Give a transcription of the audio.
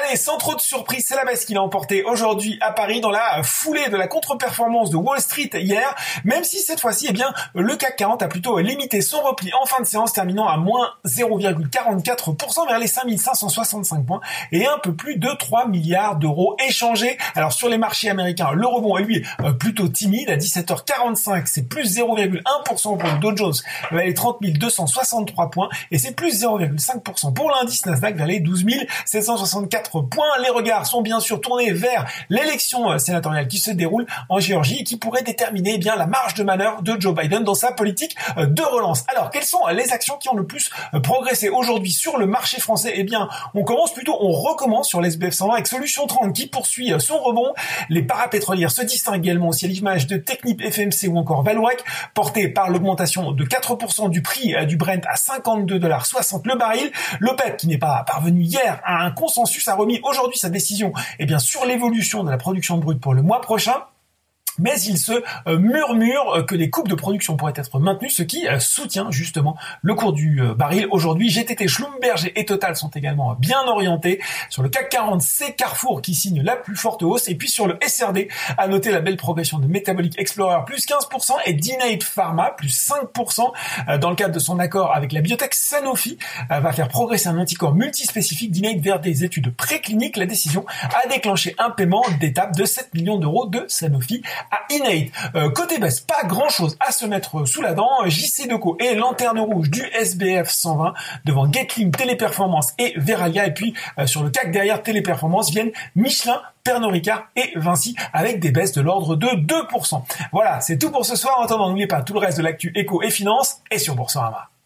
Allez, sans trop de surprise, c'est la baisse qui l'a emporté aujourd'hui à Paris dans la foulée de la contre-performance de Wall Street hier, même si cette fois-ci, le CAC 40 a plutôt limité son repli en fin de séance, terminant à moins 0,44% vers les 5565 points et un peu plus de 3 milliards d'euros échangés. Alors sur les marchés américains, le rebond est lui plutôt timide. À 17h45, c'est plus 0,1% pour le Dow Jones vers les 30 263 points et c'est plus 0,5% pour l'indice Nasdaq vers les 12 764 points. Les regards sont bien sûr tournés vers l'élection sénatoriale qui se déroule en Géorgie et qui pourrait déterminer la marge de manœuvre de Joe Biden dans sa politique de relance. Alors, quelles sont les actions qui ont le plus progressé aujourd'hui sur le marché français? On recommence sur l'SBF 120 avec Solution 30 qui poursuit son rebond. Les parapétrolières se distinguent également aussi à l'image de Technip, FMC ou encore Vallourec, portées par l'augmentation de 4% du prix du Brent à 52,60$ le baril. L'OPEP, qui n'est pas parvenu hier à un consensus, a remis aujourd'hui sa décision sur l'évolution de la production brute pour le mois prochain. Mais il se murmure que les coupes de production pourraient être maintenues, ce qui soutient justement le cours du baril. Aujourd'hui, GTT, Schlumberger et Total sont également bien orientés. Sur le CAC 40, c'est Carrefour qui signe la plus forte hausse. Et puis sur le SRD, à noter la belle progression de Metabolic Explorer, plus 15%, et d'Innate Pharma, plus 5%. Dans le cadre de son accord avec la biotech Sanofi, va faire progresser un anticorps multispécifique d'Innate vers des études précliniques. La décision a déclenché un paiement d'étape de 7 millions d'euros de Sanofi à Innate. Côté baisse, pas grand chose à se mettre sous la dent. JC Deco et lanterne rouge du SBF 120 devant Getlink, Téléperformance et Verallia. Et puis sur le CAC derrière Téléperformance viennent Michelin, Pernod Ricard et Vinci avec des baisses de l'ordre de 2%. Voilà, c'est tout pour ce soir. En attendant, n'oubliez pas tout le reste de l'actu éco et finance et sur Boursorama.